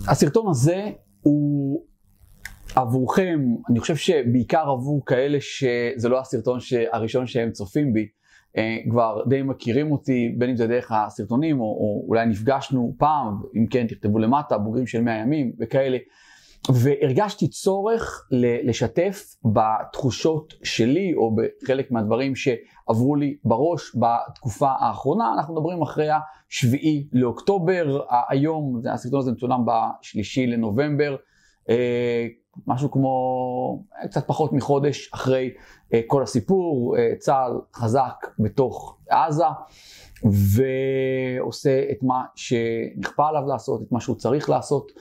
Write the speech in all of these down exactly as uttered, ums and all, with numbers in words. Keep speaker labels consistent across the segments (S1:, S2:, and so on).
S1: הסרטון הזה הוא עבורכם, אני חושב שבעיקר עבור כאלה שזה לא הסרטון הראשון שהם צופים בי, כבר די מכירים אותי, בין אם זה דרך הסרטונים או, או אולי נפגשנו פעם, אם כן תכתבו למטה, בוגרים של מאה ימים וכאלה, והרגשתי צורך לשתף בתחושות שלי או בחלק מהדברים שעברו לי בראש בתקופה האחרונה. אנחנו מדברים אחרי השביעי לאוקטובר, היום הסרטון הזה מצולם בשלישי לנובמבר, משהו כמו קצת פחות מחודש אחרי כל הסיפור. צה"ל חזק בתוך עזה ועושה את מה שנכפה עליו לעשות, את מה שהוא צריך לעשות.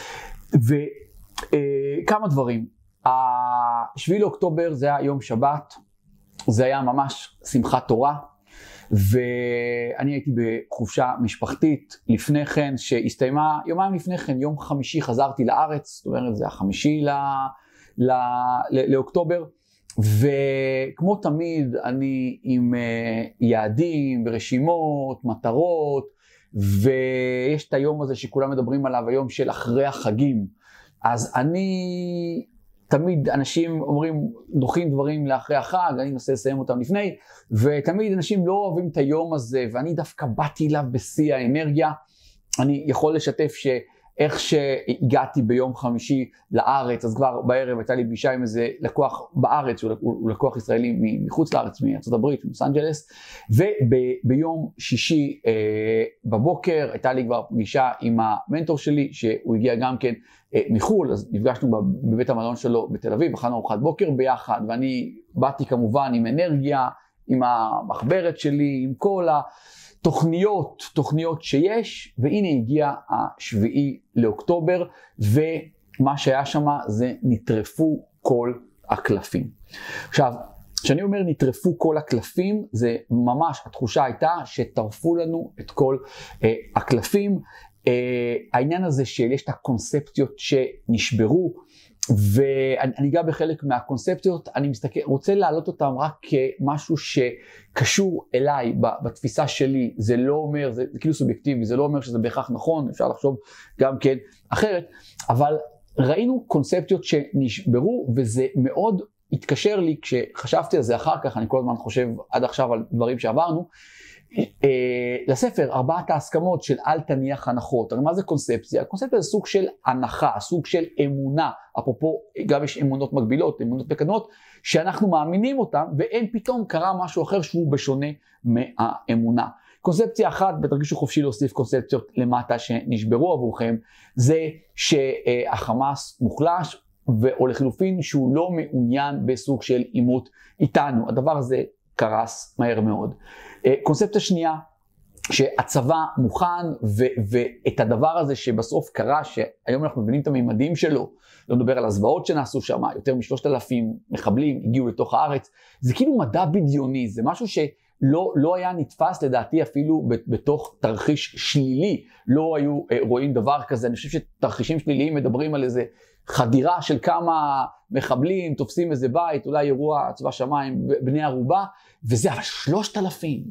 S1: וכמה דברים. השביעי לאוקטובר זה היה יום שבת, זה היה ממש שמחת תורה, ואני הייתי בחופשה משפחתית לפני כן, שהסתיימה יומיים לפני כן, יום חמישי חזרתי לארץ, זאת אומרת זה החמישי ל, ל, ל, לאוקטובר, וכמו תמיד אני עם יעדים ורשימות, מטרות, ויש את היום הזה שכולם מדברים עליו, היום של אחרי החגים. אז אני, תמיד אנשים אומרים, דוחים דברים לאחרי החג, אני מנסה לסיים אותם לפני, ותמיד אנשים לא אוהבים את היום הזה, ואני דווקא באתי אליו בשיא האנרגיה. אני יכול לשתף שאיך שהגעתי ביום חמישי לארץ, אז כבר בערב הייתה לי פגישה עם איזה לקוח בארץ, הוא, הוא לקוח ישראלי מחוץ לארץ, מארצות הברית, מלוס אנג'לס, וביום שישי אה, בבוקר הייתה לי כבר פגישה עם המנטור שלי, שהוא הגיע גם כן אה, מחול, אז נפגשנו בבית המלון שלו בתל אביב, אכלנו ארוחת בוקר ביחד, ואני באתי כמובן עם אנרגיה, עם המחברת שלי, עם כל ה... תוכניות, תוכניות שיש, והנה הגיע השביעי לאוקטובר, ומה שהיה שם זה נטרפו כל הקלפים. עכשיו, כשאני אומר נטרפו כל הקלפים, זה ממש, התחושה הייתה שטרפו לנו את כל אה, הקלפים. אה, העניין הזה שיש את הקונספציות שנשברו, ואני אגע בחלק מהקונספציות, אני מסתכל, רוצה להעלות אותם רק כמשהו שקשור אליי בתפיסה שלי. זה לא אומר, זה, זה כאילו סובייקטיבי, זה לא אומר שזה בהכרח נכון, אפשר לחשוב גם כן אחרת, אבל ראינו קונספציות שנשברו, וזה מאוד התקשר לי כשחשבתי על זה אחר כך. אני כל הזמן חושב עד עכשיו על דברים שעברנו, לספר ארבעת ההסכמות של אל תניח הנחות. הרי מה זה קונספציה? הקונספציה זה סוג של הנחה, סוג של אמונה. אפרופו, גם יש אמונות מקבילות, אמונות מקדמות, שאנחנו מאמינים אותן, ואין פתאום קרה משהו אחר שהוא בשונה מהאמונה. קונספציה אחת, ותרגישו חופשי להוסיף קונספציות למטה שנשברו עבורכם, זה שהחמאס מוחלש, או לחילופין שהוא לא מעוניין בסוג של עימות איתנו. הדבר הזה קרס מהר מאוד. קונספציה שנייה, שהצבא מוכן, ו- ואת הדבר הזה שבסוף קרה, שהיום אנחנו מבינים את הממדים שלו, לא מדבר על הזוועות שנעשו שם, יותר משלושת אלפים מחבלים הגיעו לתוך הארץ, זה כאילו מדע בדיוני, זה משהו שלא לא היה נתפס לדעתי אפילו בתוך תרחיש שלילי, לא היו רואים דבר כזה. אני חושב שתרחישים שליליים מדברים על איזה חדירה של כמה מחבלים, תופסים איזה בית, אולי אירוע צבא שמיים, בני ערובה, וזה אבל שלושת אלפים,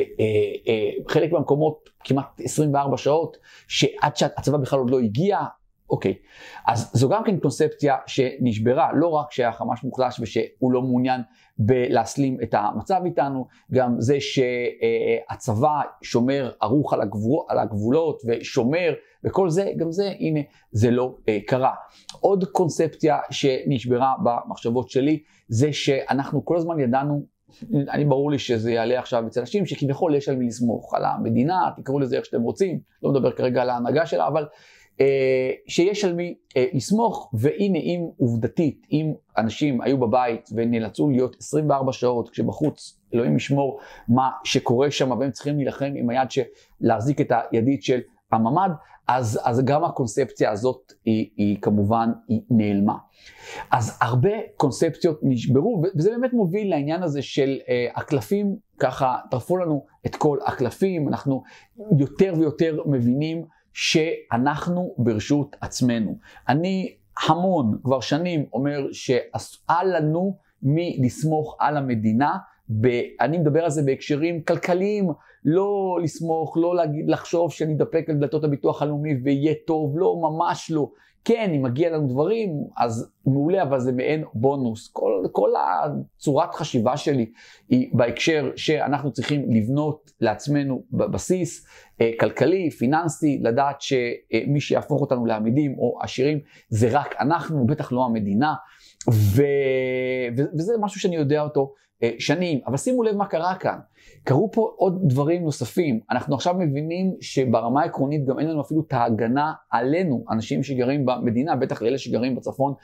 S1: וחלק מהמקומות כמעט עשרים וארבע שעות, שעד שהצבא בכלל עוד לא הגיע. אוקיי, אז זו גם כן קונספציה שנשברה, לא רק שהחמאס מוחלש ושהוא לא מעוניין בלהסלים את המצב איתנו, גם זה שהצבא שומר ערוך על, הגבול, על הגבולות ושומר, וכל זה, גם זה, הנה, זה לא אה, קרה. עוד קונספציה שנשברה במחשבות שלי, זה שאנחנו כל הזמן ידענו, אני ברור לי שזה יעלה עכשיו אצל אנשים, שכביכול יש על מי לסמוך, על המדינה, תקראו לזה איך שאתם רוצים, לא מדבר כרגע על ההנהגה שלה, אבל אה, שיש על מי אה, לסמוך, והנה אם עובדתית, אם אנשים היו בבית ונאלצו להיות עשרים וארבע שעות, כשבחוץ אלוהים ישמור מה שקורה שם, והם צריכים להילחם עם היד של להחזיק את הידית של הממד, אז, אז גם הקונספציה הזאת היא, היא כמובן היא נעלמה. אז הרבה קונספציות נשברו, וזה באמת מוביל לעניין הזה של אה, הקלפים, ככה טרפו לנו את כל הקלפים. אנחנו יותר ויותר מבינים שאנחנו ברשות עצמנו. אני המון, כבר שנים אומר שאל לנו מלסמוך על המדינה, אני מדבר על זה בהקשרים כלכליים, לא לסמוך, לא להגיד, לחשוב שנדפק על דלתות הביטוח הלאומי ויהיה טוב, לא, ממש לא. כן, אם מגיע לנו דברים, אז מעולה, אבל זה מעין בונוס. כל, כל הצורת חשיבה שלי היא בהקשר שאנחנו צריכים לבנות לעצמנו בבסיס כלכלי, פיננסי, לדעת שמי שיהפוך אותנו לעמידים או עשירים זה רק אנחנו, בטח לא המדינה, ו... וזה משהו שאני יודע אותו שנים. אבל שימו לב מה קרה כאן. קרו פה עוד דברים נוספים. אנחנו עכשיו מבינים שברמה העקרונית גם אין לנו אפילו את ההגנה עלינו, אנשים שגרים במדינה, בטח לאלה שגרים בצפון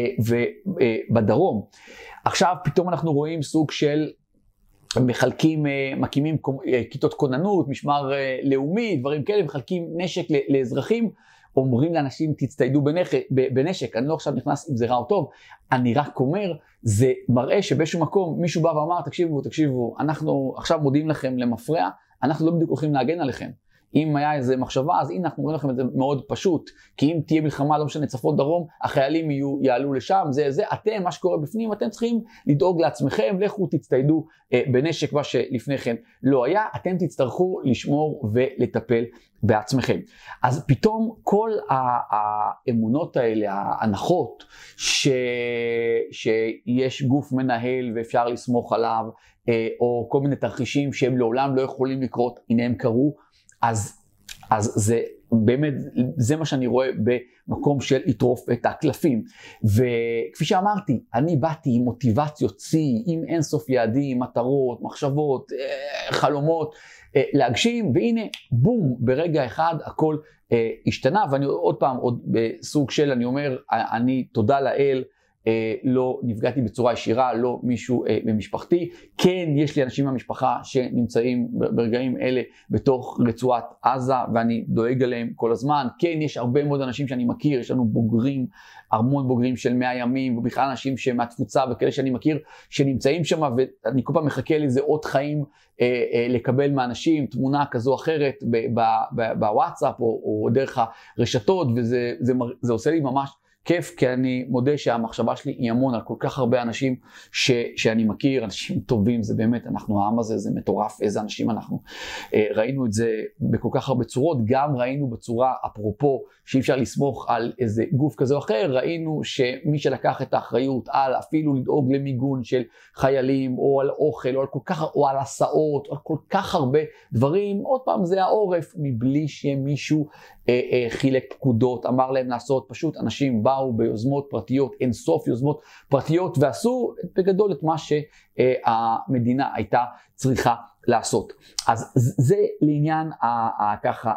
S1: ובדרום. עכשיו פתאום אנחנו רואים סוג של מחלקים, מקימים כיתות כוננות, משמר לאומי, דברים כאלה, מחלקים נשק לאזרחים, אומרים לאנשים תצטיידו בנשק. אני לא עכשיו נכנס אם זה רע או טוב, אני רק אומר, זה מראה שבאיזשהו מקום מישהו בא ואמר, תקשיבו, תקשיבו, אנחנו עכשיו מודיעים לכם למפרע, אנחנו לא בדיוק הולכים להגן עליכם. אם היה איזה מחשבה, אז הנה אנחנו אומרים לכם את זה מאוד פשוט, כי אם תהיה מלחמה, לא משנה, צפון דרום, החיילים יהיו, יעלו לשם, זה, זה, אתם, מה שקורה בפנים, אתם צריכים לדאוג לעצמכם, לכו תצטיידו אה, בנשק, מה שלפני כן לא היה, אתם תצטרכו לשמור ולטפל בעצמכם. אז פתאום כל האמונות האלה, ההנחות, ש, שיש גוף מנהל ואפשר לסמוך עליו, אה, או כל מיני תרחישים שהם לעולם לא יכולים לקרות, הנה הם קרו, אז, אז זה באמת, זה מה שאני רואה במקום של לטרוף את הקלפים. וכפי שאמרתי, אני באתי עם מוטיבציות צי, עם אינסוף יעדים, מטרות, מחשבות, חלומות, להגשים, והנה, בום, ברגע אחד הכל השתנה, ואני עוד פעם, עוד בסוג של, אני אומר, אני תודה לאל, לא נפגעתי בצורה ישירה, לא מישהו במשפחתי. כן, יש לי אנשים מהמשפחה שנמצאים ברגעים אלה בתוך רצועת עזה, ואני דואג עליהם כל הזמן. כן, יש הרבה מאוד אנשים שאני מכיר, יש לנו בוגרים, המון בוגרים של מאה ימים, ובכלל אנשים שמהתפוצה וכאלה שאני מכיר, שנמצאים שם, ואני כל פעם מחכה לזה עוד חיים לקבל מאנשים, תמונה כזו או אחרת בוואטסאפ או, או דרך הרשתות, וזה זה, זה עושה לי ממש כיף, כי אני מודה שהמחשבה שלי היא המון על כל כך הרבה אנשים ש, שאני מכיר, אנשים טובים, זה באמת, אנחנו העם הזה, זה מטורף, איזה אנשים אנחנו. ראינו את זה בכל כך הרבה צורות, גם ראינו בצורה, אפרופו, שאי אפשר לסמוך על איזה גוף כזה או אחר, ראינו שמי שלקח את האחריות על אפילו לדאוג למיגון של חיילים, או על אוכל, או על כל כך, או על הסעות, או על כל כך הרבה דברים, עוד פעם זה העורף, מבלי שמישהו אה, אה, חילק פקודות, אמר להם לעשות, פשוט אנשים באו ביוזמות פרטיות, אין סוף יוזמות פרטיות, ועשו בגדול את מה שהמדינה הייתה צריכה לעשות. אז זה לעניין ככה,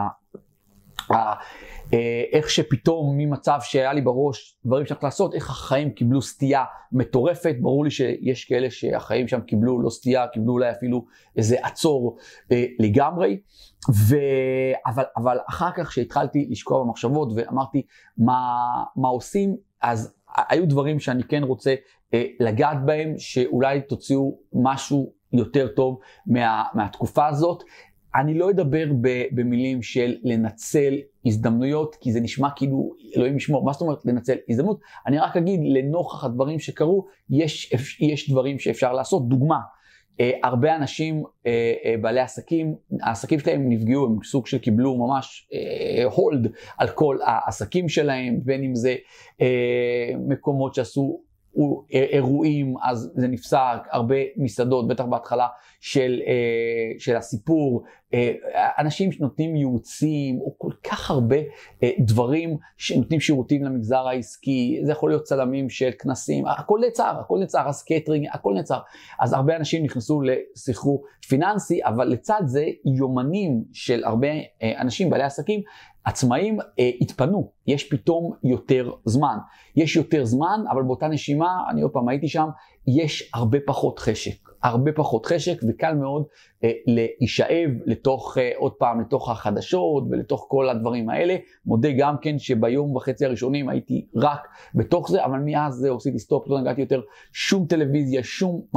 S1: איך שפתאום ממצב שהיה לי בראש דברים שצריך לעשות, איך החיים קיבלו סטייה מטורפת. ברור לי שיש כאלה שהחיים שם קיבלו לא סטייה, קיבלו אולי אפילו איזה עצור לגמרי. ו... אבל, אבל אחר כך שהתחלתי לשקוע במחשבות ואמרתי מה, מה עושים, אז היו דברים שאני כן רוצה אה, לגעת בהם, שאולי תוציאו משהו יותר טוב מה, מהתקופה הזאת. אני לא אדבר במילים של לנצל הזדמנויות, כי זה נשמע כאילו, אלוהים ישמור, מה זאת אומרת לנצל הזדמנות? אני רק אגיד, לנוכח הדברים שקרו, יש, יש דברים שאפשר לעשות. דוגמה, אה, הרבה אנשים, אה, אה, בעלי עסקים, העסקים שלהם נפגעו, הם סוג של קיבלו ממש אה, הולד על כל העסקים שלהם, בין אם זה אה, מקומות שעשו אירועים, אז זה נפסק, הרבה מסעדות, בטח בהתחלה של, של הסיפור, אנשים שנותנים ייעוצים, או כל כך הרבה דברים שנותנים שירותים למגזר העסקי, זה יכול להיות צלמים של כנסים, הכל נעצר, הכל נעצר, אז קטרינג, הכל נעצר. אז הרבה אנשים נכנסו לסחרור פיננסי, אבל לצד זה יומנים של הרבה אנשים, בעלי עסקים, עצמאים אה, התפנו, יש פתאום יותר זמן. יש יותר זמן, אבל באותה נשימה, אני עוד פעם הייתי שם, יש הרבה פחות חשק. הרבה פחות חשק, וקל מאוד אה, להישאב לתוך, אה, עוד פעם, לתוך החדשות ולתוך כל הדברים האלה. מודה גם כן שביום וחצי הראשונים הייתי רק בתוך זה, אבל מאז זה עשיתי סטופ, לא נגעתי יותר שום טלוויזיה, שום, ממש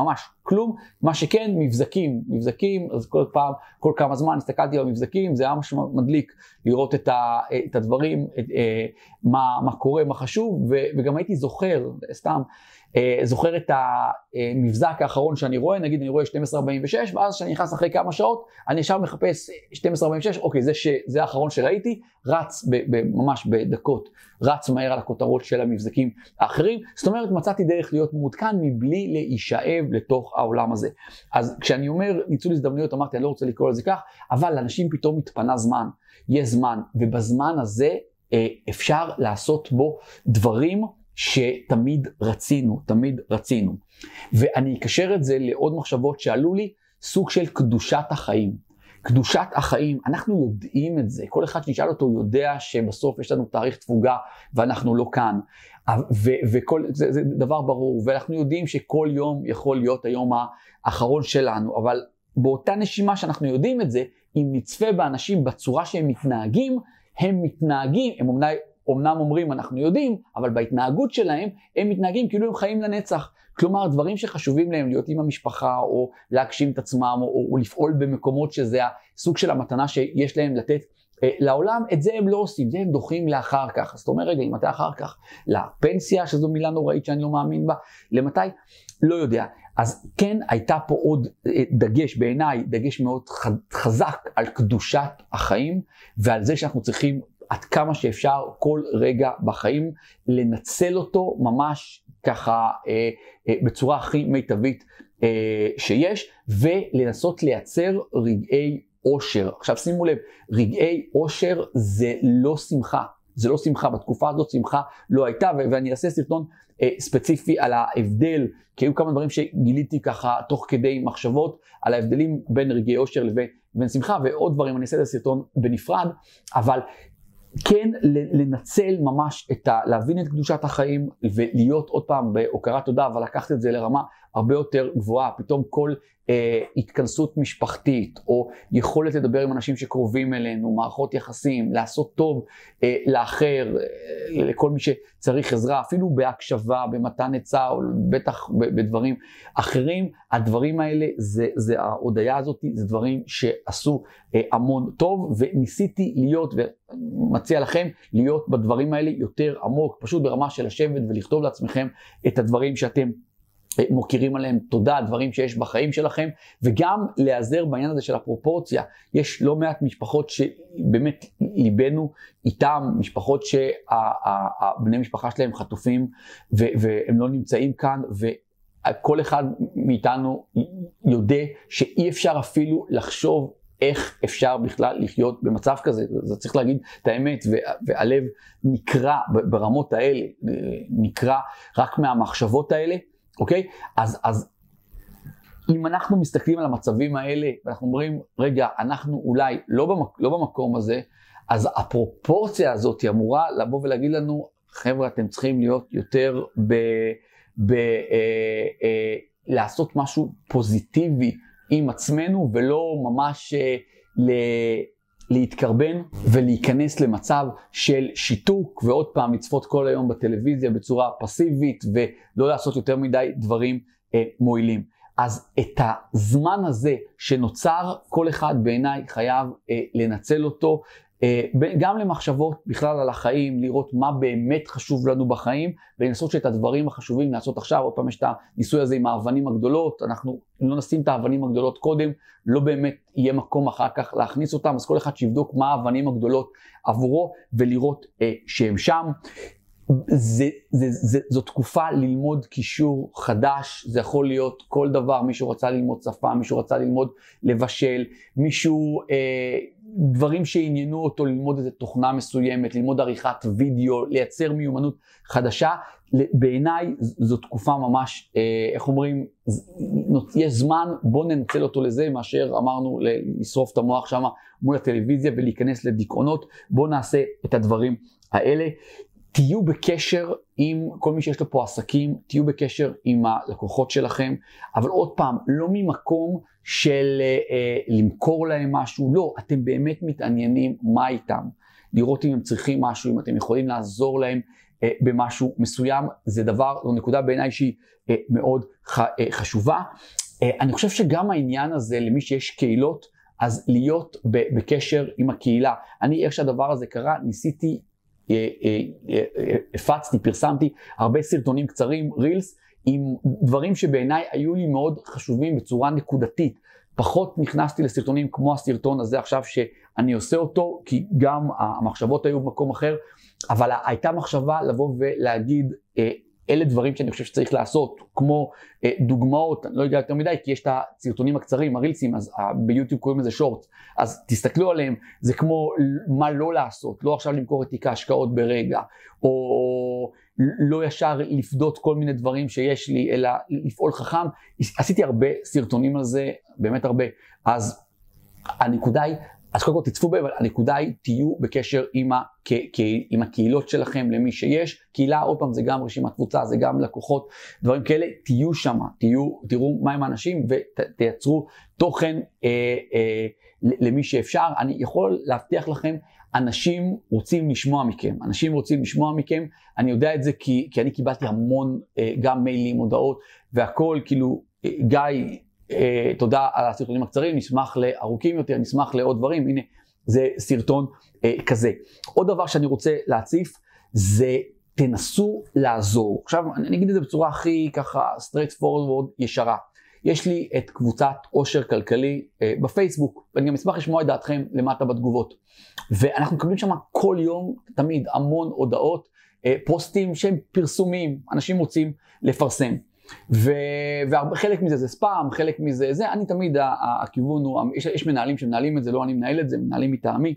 S1: כלום. מה שכן, מבזקים, מבזקים, אז כל פעם, כל כמה זמן הסתכלתי על מבזקים, זה היה משהו מדליק לראות את, ה, את הדברים, את, מה, מה קורה, מה חשוב, ו, וגם הייתי זוכר, סתם, זוכר את המבזק האחרון שאני רואה, נגיד אני רואה שתים עשרה ארבעים ושש, ואז כשאני נכנס אחרי כמה שעות, אני ישר מחפש שתים עשרה ארבעים ושש, אוקיי, זה, ש, זה האחרון שראיתי, רץ ב, ב, ממש בדקות, רץ מהר על הכותרות של המבזקים האחרים, זאת אומרת, מצאתי דרך להיות מעודכן מבלי להישאב לתוך העולם הזה. אז כשאני אומר ניצול הזדמנויות, אמרתי, אני לא רוצה לקרוא לזה כך, אבל לאנשים פתאום מתפנה זמן, יש זמן, ובזמן הזה אפשר לעשות בו דברים שתמיד רצינו, תמיד רצינו. ואני אקשר את זה לעוד מחשבות שעלו לי, סוג של קדושת החיים. קדושת החיים, אנחנו יודעים את זה, כל אחד שנשאל אותו יודע שבסוף יש לנו תאריך תפוגה ואנחנו לא כאן, וכל, זה, זה דבר ברור, ואנחנו יודעים שכל יום יכול להיות היום האחרון שלנו, אבל באותה נשימה שאנחנו יודעים את זה, אם נצפה באנשים בצורה שהם מתנהגים, הם מתנהגים, הם אומנם, אומנם אומרים אנחנו יודעים, אבל בהתנהגות שלהם הם מתנהגים כאילו הם חיים לנצח. כלומר, דברים שחשובים להם להיות עם המשפחה, או להגשים את עצמם, או, או לפעול במקומות שזה הסוג של המתנה שיש להם לתת אה, לעולם, את זה הם לא עושים, זה הם דוחים לאחר כך. אז אתה אומר, רגע, למתי אחר כך? לפנסיה, שזו מילה נוראית שאני לא מאמין בה, למתי? לא יודע. אז כן, הייתה פה עוד אה, דגש בעיניי, דגש מאוד חזק על קדושת החיים, ועל זה שאנחנו צריכים עד כמה שאפשר כל רגע בחיים, לנצל אותו ממש ככה אה, אה, בצורה הכי מיטבית אה, שיש, ולנסות לייצר רגעי אושר. עכשיו שימו לב, רגעי אושר זה לא שמחה, זה לא שמחה, בתקופה הזאת שמחה לא הייתה, ו- ואני אעשה סרטון אה, ספציפי על ההבדל, כי היו כמה דברים שגיליתי ככה תוך כדי מחשבות, על ההבדלים בין רגעי אושר לבין, לבין שמחה, ועוד דברים, אני אעשה את הסרטון בנפרד, אבל כן לנצל ממש את ה... להבין את קדושת החיים ולהיות עוד פעם בהוקרת תודה, אבל לקחת את זה לרמה הרבה יותר גבוהה. פתאום כל אה, התכנסות משפחתית או יכולת לדבר עם אנשים שקרובים אלינו, מערכות יחסים, לעשות טוב אה, לאחר, אה, לכל מי שצריך עזרה, אפילו בהקשבה, במתן עצה או בטח בדברים אחרים, הדברים האלה, זה, זה ההודעה הזאת, זה דברים שעשו אה, המון טוב, וניסיתי להיות ומציע לכם להיות בדברים האלה יותר עמוק, פשוט ברמה של לשבת ולכתוב לעצמכם את הדברים שאתם מוכירים עליהם תודה, דברים שיש בחיים שלכם, וגם להיעזר בעניין הזה של הפרופורציה. יש לא מעט משפחות שבאמת ליבנו איתם, משפחות שהבני משפחה שלהם חטופים והם לא נמצאים כאן, וכל אחד מאיתנו יודע שאי אפשר אפילו לחשוב איך אפשר בכלל לחיות במצב כזה. זה צריך להגיד את האמת, והלב נקרע ברמות האלה, נקרע רק מהמחשבות האלה. אוקיי? אז, אז אם אנחנו מסתכלים על המצבים האלה, ואנחנו אומרים, רגע, אנחנו אולי לא, במק, לא במקום הזה, אז הפרופורציה הזאת היא אמורה לבוא ולהגיד לנו, חבר'ה, אתם צריכים להיות יותר ב... ב אה, אה, לעשות משהו פוזיטיבי עם עצמנו, ולא ממש אה, ל... להתקרבן ולהיכנס למצב של שיתוק, ועוד פעם לצפות כל היום בטלוויזיה בצורה פסיבית, ולא לעשות יותר מדי דברים אה, מועילים. אז את הזמן הזה שנוצר, כל אחד בעיניי חייב אה, לנצל אותו, אה, גם למחשבות בכלל על החיים, לראות מה באמת חשוב לנו בחיים, ולנסות שאת הדברים החשובים לעשות עכשיו. עוד פעם יש את הניסוי הזה עם האבנים הגדולות, אנחנו לא נשים את האבנים הגדולות קודם, לא באמת יהיה מקום אחר כך להכניס אותם, אז כל אחד שיבדוק מה האבנים הגדולות עבורו, ולראות אה, שהם שם. זה, זה, זה, זו תקופה ללמוד קישור חדש, זה יכול להיות כל דבר, מישהו רצה ללמוד שפה, מישהו רצה ללמוד לבשל, מישהו, אה, דברים שעניינו אותו ללמוד איזו תוכנה מסוימת, ללמוד עריכת וידאו, לייצר מיומנות חדשה. בעיניי זו תקופה ממש, אה, איך אומרים, יש זמן, בוא ננצל אותו לזה, מאשר אמרנו לשרוף את המוח שם מול הטלוויזיה ולהיכנס לדיכאונות. בוא נעשה את הדברים האלה. תהיו בקשר עם כל מי שיש לו פה עסקים, תהיו בקשר עם הלקוחות שלכם, אבל עוד פעם, לא ממקום של אה, למכור להם משהו, לא, אתם באמת מתעניינים מה איתם, לראות אם הם צריכים משהו, אם אתם יכולים לעזור להם אה, במשהו מסוים, זה דבר, זו נקודה בעיניי שהיא אה, מאוד ח, אה, חשובה. אני חושב שגם העניין הזה, למי שיש קהילות, אז להיות בקשר עם הקהילה. אני, איך שהדבר הזה קרה, ניסיתי, הפצתי, פרסמתי הרבה סרטונים קצרים, רילס, עם דברים שבעיניי היו לי מאוד חשובים בצורה נקודתית. פחות נכנסתי לסרטונים כמו הסרטון הזה עכשיו שאני עושה אותו, כי גם המחשבות היו במקום אחר, אבל הייתה מחשבה לבוא ולהגיד, אלה דברים שאני חושב שצריך לעשות, כמו אה, דוגמאות, אני לא יודע יותר מדי, כי יש את הסרטונים הקצרים, הרילסים, אז אה, ביוטיוב קוראים לזה שורט, אז תסתכלו עליהם, זה כמו מה לא לעשות, לא עכשיו למכור את תיק ההשקעות ברגע, או לא ישר לפדות כל מיני דברים שיש לי, אלא לפעול חכם. עשיתי הרבה סרטונים על זה, באמת הרבה, אז הנקודה היא, אז קודם כל תצפו בהם, אבל הנקודה היא, תהיו בקשר עם, ה, כ, כ, עם הקהילות שלכם, למי שיש. קהילה, עוד פעם, זה גם רשימת קבוצה, זה גם לקוחות, דברים כאלה, תהיו שם, תהיו, תראו מה הם האנשים, ותייצרו תוכן אה, אה, למי שאפשר. אני יכול להבטיח לכם, אנשים רוצים לשמוע מכם, אנשים רוצים לשמוע מכם, אני יודע את זה כי, כי אני קיבלתי המון, אה, גם מיילים, הודעות, והכל, כאילו, אה, גיא, Uh, תודה על הסרטונים הקצרים, נשמח לארוכים יותר, נשמח לעוד דברים, הנה זה סרטון uh, כזה. עוד דבר שאני רוצה להציף זה תנסו לעזור. עכשיו אני אגיד את זה בצורה הכי ככה straight forward ישרה. יש לי את קבוצת עושר כלכלי uh, בפייסבוק, ואני גם אשמח לשמוע את דעתכם למטה בתגובות. ואנחנו מקבלים שם כל יום תמיד המון הודעות, uh, פוסטים שהם פרסומים, אנשים רוצים לפרסם. וחלק מזה זה ספאם, חלק מזה זה, אני תמיד, הכיוון הוא, יש, יש מנהלים שמנהלים את זה, לא אני מנהל את זה, מנהלים מטעמי,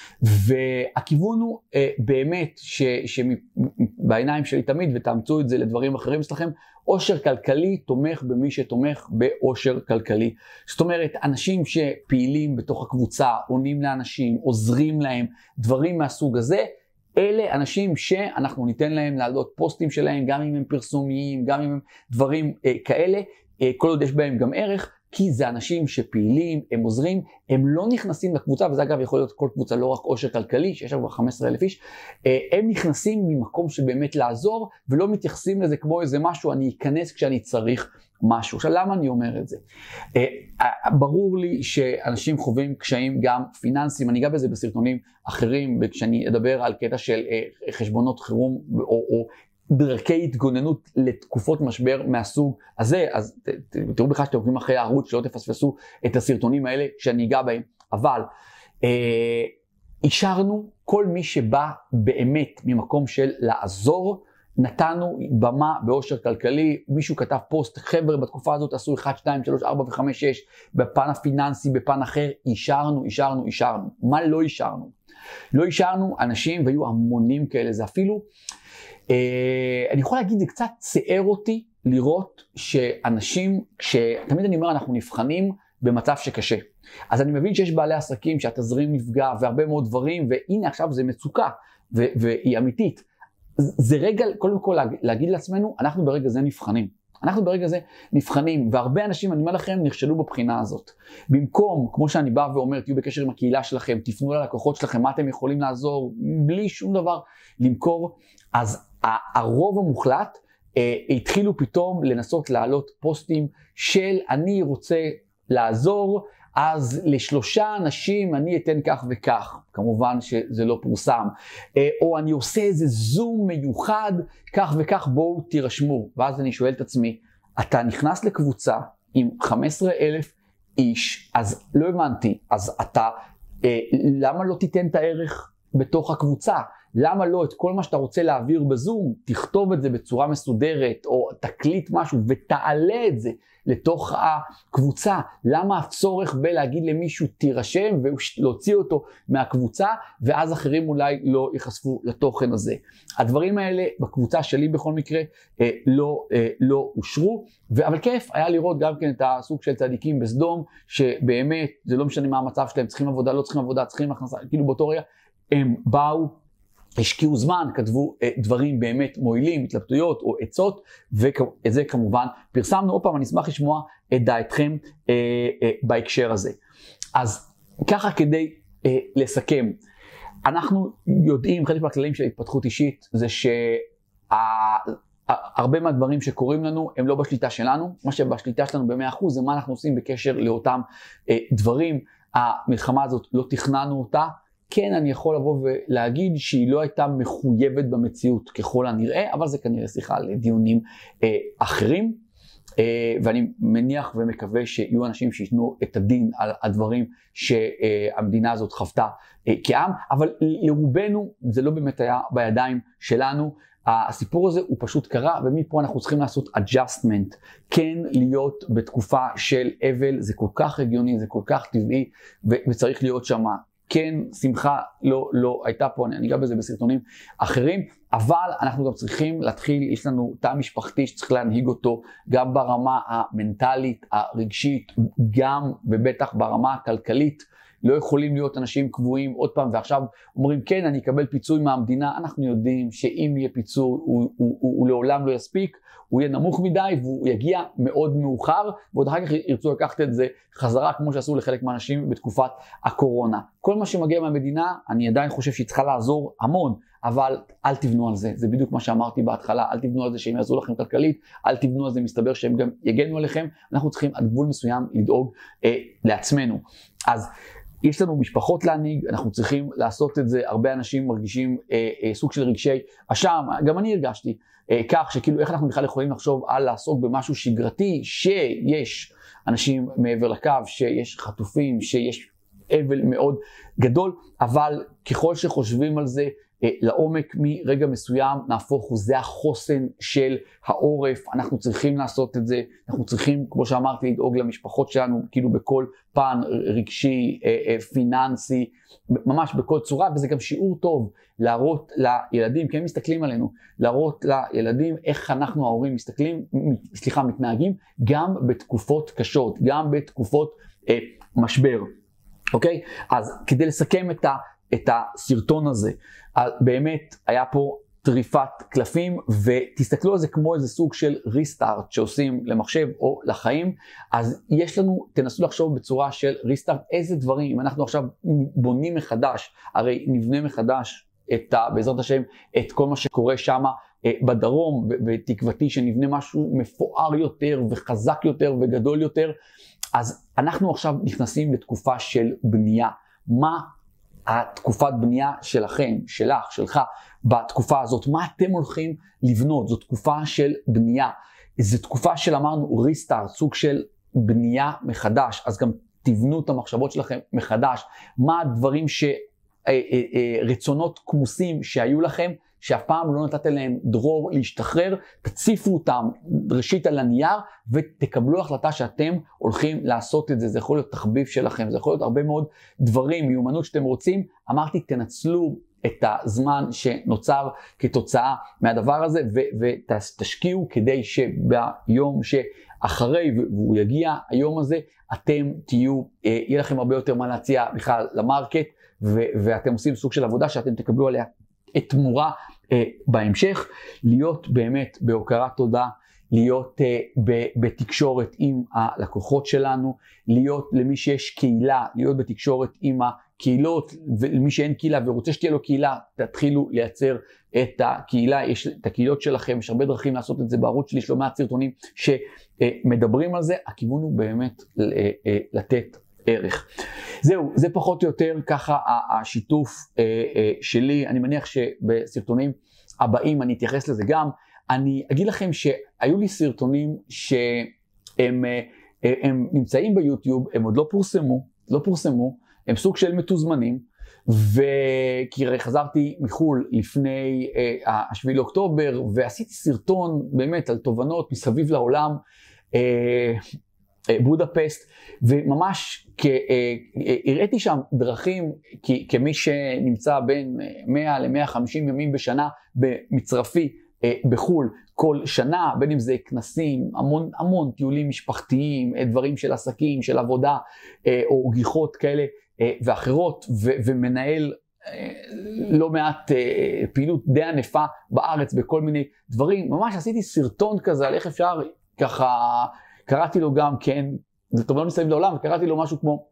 S1: והכיוון הוא באמת, שבעיניים שלי תמיד, ותאמצו את זה לדברים אחרים שלכם, עושר כלכלי תומך במי שתומך בעושר כלכלי. זאת אומרת, אנשים שפעילים בתוך הקבוצה, עונים לאנשים, עוזרים להם, דברים מהסוג הזה, אלה אנשים שאנחנו ניתן להם לעלות פוסטים שלהם, גם אם הם פרסומיים, גם אם הם דברים אה, כאלה, אה, כל עוד יש בהם גם ערך, כי זה אנשים שפעילים, הם עוזרים, הם לא נכנסים לקבוצה, וזה אגב יכול להיות כל קבוצה, לא רק עושר כלכלי, שיש כבר חמישה עשר אלף איש, אה, הם נכנסים ממקום שבאמת לעזור, ולא מתייחסים לזה כמו איזה משהו, אני אכנס כשאני צריך משהו. עכשיו, למה אני אומר את זה? אה, ברור לי שאנשים חווים קשיים גם פיננסיים, אני אגע בזה בסרטונים אחרים, כשאני אדבר על קטע של אה, חשבונות חירום, או, או דרכי התגוננות לתקופות משבר מהסוג הזה, אז ת, ת, תראו בכלל שאתם עוקבים אחרי הערוץ, שלא תפספסו את הסרטונים האלה שאני אגע בהם, אבל אה, אישרנו כל מי שבא באמת ממקום של לעזור, נתנו במה בעושר כלכלי, מישהו כתב פוסט, חבר'ה בתקופה הזאת עשו אחת, שתיים, שלוש, ארבע וחמש, שש, בפן הפיננסי, בפן אחר, אישרנו, אישרנו, אישרנו. מה לא אישרנו? לא אישרנו אנשים, והיו המונים כאלה, זה אפילו, אה, אני יכול להגיד, זה קצת ציער אותי לראות שאנשים, תמיד אני אומר, אנחנו נבחנים במצב שקשה. אז אני מבין שיש בעלי עסקים שהתזרים נפגע, והרבה מאוד דברים, והנה עכשיו זה מצוקה, והיא אמיתית. זה רגע, קודם כל להגיד לעצמנו, אנחנו ברגע זה נבחנים. אנחנו ברגע זה נבחנים, והרבה אנשים, אני אומר לכם, נכשלו בבחינה הזאת. במקום, כמו שאני בא ואומר, תהיו בקשר עם הקהילה שלכם, תפנו ללקוחות שלכם, מה אתם יכולים לעזור, בלי שום דבר למכור, אז הרוב המוחלט אה, התחילו פתאום לנסות להעלות פוסטים של אני רוצה לעזור, אז לשלושה אנשים אני אתן כך וכך, כמובן שזה לא פורסם, או אני עושה איזה זום מיוחד, כך וכך, בואו תירשמו. ואז אני שואל את עצמי, אתה נכנס לקבוצה עם חמישה עשר אלף איש, אז לא הבנתי, אז אתה, למה לא תיתן את הערך בתוך הקבוצה? למה לא את כל מה שאתה רוצה להעביר בזום, תכתוב את זה בצורה מסודרת, או תקליט משהו ותעלה את זה לתוך הקבוצה? למה הצורך בלהגיד למישהו תירשם ולהוציא אותו מהקבוצה, ואז אחרים אולי לא ייחשפו לתוכן הזה? הדברים האלה בקבוצה שלי בכל מקרה אה, לא, אה, לא אושרו, אבל כיף היה לראות גם כן את הסוג של צדיקים בסדום, שבאמת זה לא משנה מה המצב שלהם, צריכים עבודה, לא צריכים עבודה, צריכים הכנסה, כאילו באותו רגע הם באו, השקיעו זמן, כתבו אה, דברים באמת מועילים, התלבטויות או עצות, ואת זה כמובן פרסמנו. עוד פעם, אני אשמח לשמוע את דעתכם אה, אה, בהקשר הזה. אז ככה כדי אה, לסכם, אנחנו יודעים, חלק מהכללים של התפתחות אישית, זה הרבה מהדברים שקורים לנו הם לא בשליטה שלנו, מה שבשליטה שלנו ב-מאה אחוז זה מה אנחנו עושים בקשר לאותם אה, דברים. המלחמה הזאת לא תכננו אותה, כן אני יכול לבוא ולהגיד שהיא לא הייתה מחויבת במציאות ככל הנראה, אבל זה כנראה שיחה לדיונים אה, אחרים, אה, ואני מניח ומקווה שיהיו אנשים שיתנו את הדין על הדברים שהמדינה הזאת חוותה אה, כעם, אבל לרובנו זה לא באמת היה בידיים שלנו. הסיפור הזה הוא פשוט קרה, ומפה אנחנו צריכים לעשות adjustment, כן להיות בתקופה של אבל, זה כל כך הגיוני, זה כל כך טבעי, וצריך להיות שם. כן, שמחה לא, לא הייתה פה, אני אגע בזה בסרטונים אחרים, אבל אנחנו גם צריכים להתחיל, יש לנו תא משפחתי שצריך להנהיג אותו, גם ברמה המנטלית, הרגשית, גם ובטח ברמה הכלכלית. לא יכולים להיות אנשים קבועים עוד פעם, ועכשיו אומרים כן אני אקבל פיצוי מהמדינה. אנחנו יודעים שאם יהיה פיצוי הוא, הוא, הוא, הוא לעולם לא יספיק, הוא יהיה נמוך מדי והוא יגיע מאוד מאוחר, ועוד אחר כך ירצו לקחת את זה חזרה כמו שעשו לחלק מהאנשים בתקופת הקורונה. כל מה שמגיע מהמדינה אני עדיין חושב שהיא צריכה לעזור המון, אבל אל תבנו על זה, זה בדיוק מה שאמרתי בהתחלה, אל תבנו על זה שהם יעזרו לכם כלכלית, אל תבנו על זה, מסתבר שהם גם יגנו עליכם. אנחנו צריכים עד גבול מסוים לדאוג אה, לעצמנו. אז יש לנו משפחות להנהיג, אנחנו צריכים לעשות את זה. הרבה אנשים מרגישים אה, אה, סוג של רגשי אשם, גם אני הרגשתי אה, כך שכאילו איך אנחנו בכלל יכולים לחשוב על לעסוק במשהו שגרתי, שיש אנשים מעבר לקו, שיש חטופים, שיש אבל מאוד גדול, אבל ככל שחושבים על זה אה, לעומק מרגע מסוים, נהפוך הוא, זה החוסן של העורף. אנחנו צריכים לעשות את זה, אנחנו צריכים, כמו שאמרתי, לדאוג למשפחות שלנו, כאילו בכל פן רגשי, אה, אה, פיננסי, ממש בכל צורה, וזה גם שיעור טוב להראות לילדים, כי הם מסתכלים עלינו, להראות לילדים איך אנחנו ההורים מסתכלים, סליחה, מתנהגים, גם בתקופות קשות, גם בתקופות אה, משבר. אוקיי? אז כדי לסכם את ה... את הסרטון הזה, באמת היה פה טריפת קלפים, ותסתכלו על זה כמו איזה סוג של ריסטארט שעושים למחשב או לחיים. אז יש לנו, תנסו לחשוב בצורה של ריסטארט, איזה דברים, אם אנחנו עכשיו בונים מחדש, הרי נבנה מחדש את ה, בעזרת השם, את כל מה שקורה שם בדרום, ותקוותי שנבנה משהו מפואר יותר וחזק יותר וגדול יותר. אז אנחנו עכשיו נכנסים לתקופה של בנייה. מה התקופת בנייה שלכם, שלך, שלך, בתקופה הזאת? מה אתם הולכים לבנות? זו תקופה של בנייה. זו תקופה של, אמרנו, ריסטארט, סוג של בנייה מחדש. אז גם תבנו את המחשבות שלכם מחדש. מה הדברים ש... רצונות כמוסים שהיו לכם, שאף פעם לא נתתם להם דרור להשתחרר, תציפו אותם ראשית על הנייר, ותקבלו החלטה שאתם הולכים לעשות את זה. זה יכול להיות תחביב שלכם, זה יכול להיות הרבה מאוד דברים, מיומנות שאתם רוצים. אמרתי, תנצלו את הזמן שנוצר כתוצאה מהדבר הזה, ותשקיעו כדי שביום שאחרי, והוא יגיע היום הזה, אתם תהיו, יהיה לכם הרבה יותר מה להציע בכלל למרקט, ואתם עושים סוג של עבודה שאתם תקבלו עליה את תמורה אה, בהמשך. להיות באמת בהוקרת תודה, להיות אה, ב- בתקשורת עם הלקוחות שלנו, להיות למי שיש קהילה, להיות בתקשורת עם הקהילות, ולמי שאין קהילה ורוצה שתהיה לו קהילה, תתחילו לייצר את הקהילה, יש את הקהילות שלכם, יש הרבה דרכים לעשות את זה, בערוץ שלי יש לא מעט סרטונים שמדברים על זה. הכיוון הוא באמת אה, אה, לתת ערך. זהו, זה פחות או יותר ככה השיתוף אה, אה, שלי. אני מניח שבסרטונים הבאים אני אתייחס לזה גם. אני אגיד לכם שהיו לי סרטונים שהם אה, הם נמצאים ביוטיוב, הם עוד לא פורסמו, לא פורסמו, הם סוג של מתוזמנים, וכי הרי חזרתי מחול לפני אה, השביעי לאוקטובר, ועשיתי סרטון באמת על תובנות מסביב לעולם, אה, בודפסט, וממש הראיתי שם דרכים, כמי שנמצא בין מאה ל-מאה וחמישים ימים בשנה במצרפי בחול כל שנה, בין אם זה כנסים, המון המון טיולים משפחתיים, דברים של עסקים, של עבודה, או גיחות כאלה ואחרות, ו- ומנהל לא מעט פעילות די ענפה בארץ בכל מיני דברים. ממש עשיתי סרטון כזה על איך אפשר ככה, קראתי לו גם, כן, זה תובנות מסביב לעולם, וקראתי לו משהו כמו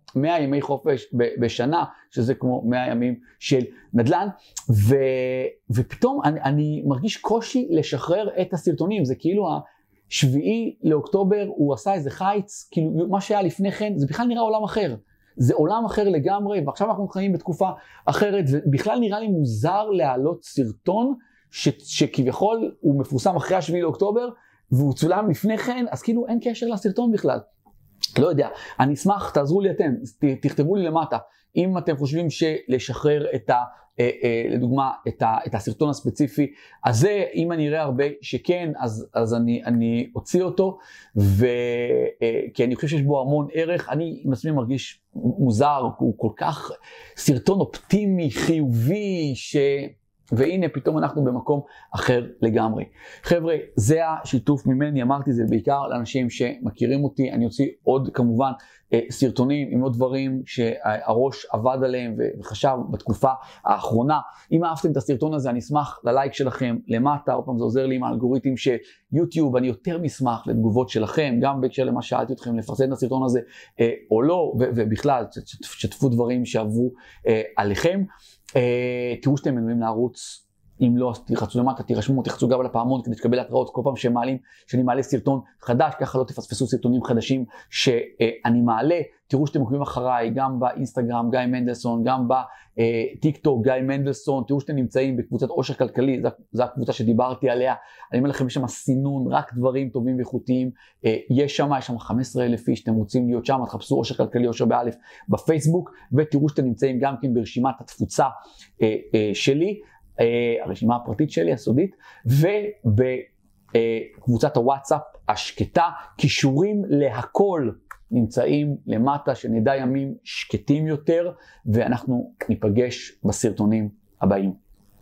S1: מאה ימי חופש בשנה, שזה כמו מאה ימים של נדל"ן, ו, ופתאום אני, אני מרגיש קושי לשחרר את הסרטונים, זה כאילו השביעי לאוקטובר, הוא עשה איזה חיץ, כאילו מה שהיה לפני כן, זה בכלל נראה עולם אחר. זה עולם אחר לגמרי, ועכשיו אנחנו חיים בתקופה אחרת, ובכלל נראה לי מוזר להעלות סרטון, ש, שכביכול הוא מפורסם אחרי השביעי לאוקטובר, והוא צולם לפני כן, אז כאילו אין קשר לסרטון בכלל. לא יודע, אני אשמח, תעזרו לי אתם, תכתבו לי למטה, אם אתם חושבים שלשחרר את ה... לדוגמה, את, ה, את הסרטון הספציפי הזה, אם אני אראה הרבה שכן, אז, אז אני, אני אוציא אותו, ו, כי אני חושב שיש בו המון ערך. אני עם עצמי מרגיש מוזר, הוא כל כך סרטון אופטימי, חיובי, ש... והנה פתאום אנחנו במקום אחר לגמרי. חבר'ה, זה השיתוף ממני, אמרתי זה בעיקר לאנשים שמכירים אותי, אני אוציא עוד כמובן סרטונים עם עוד דברים שהראש עבד עליהם וחשב בתקופה האחרונה. אם אהבתם את הסרטון הזה, אני אשמח ללייק שלכם למטה, עוד פעם זה עוזר לי עם האלגוריתם של יוטיוב, אני יותר משמח לתגובות שלכם, גם בהקשר למה שאלתי אתכם לפרסם את הסרטון הזה או לא, ובכלל שתפו דברים שעברו עליכם. Uh, תראו שאתם מנויים לערוץ, אם לא, אז תלחצו למטה, תירשמו, תלחצו גם על הפעמון כדי לקבל התראות כל פעם שמעלים, שאני מעלה סרטון חדש, ככה לא תפספסו סרטונים חדשים שאני מעלה. תראו שאתם עוקבים אחריי, גם באינסטגרם, גיא מנדלסון, גם בטיק טוק, גיא מנדלסון. תראו שאתם נמצאים בקבוצת עושר כלכלי, זו הקבוצה שדיברתי עליה. אני אומר לכם, יש שם סינון, רק דברים טובים ואיכותיים. יש שם, יש שם חמישה עשר אלף איש, אתם רוצים להיות שם, תחפשו עושר כלכלי, עושר באלף בפייסבוק, ותראו שאתם נמצאים גם כן ברשימת התפוצה שלי, הרשימה הפרטית שלי, הסודית, ובקבוצת הוואטסאפ השקטה, קישורים להכל נמצאים למטה, שנדע ימים שקטים יותר, ואנחנו ניפגש בסרטונים הבאים.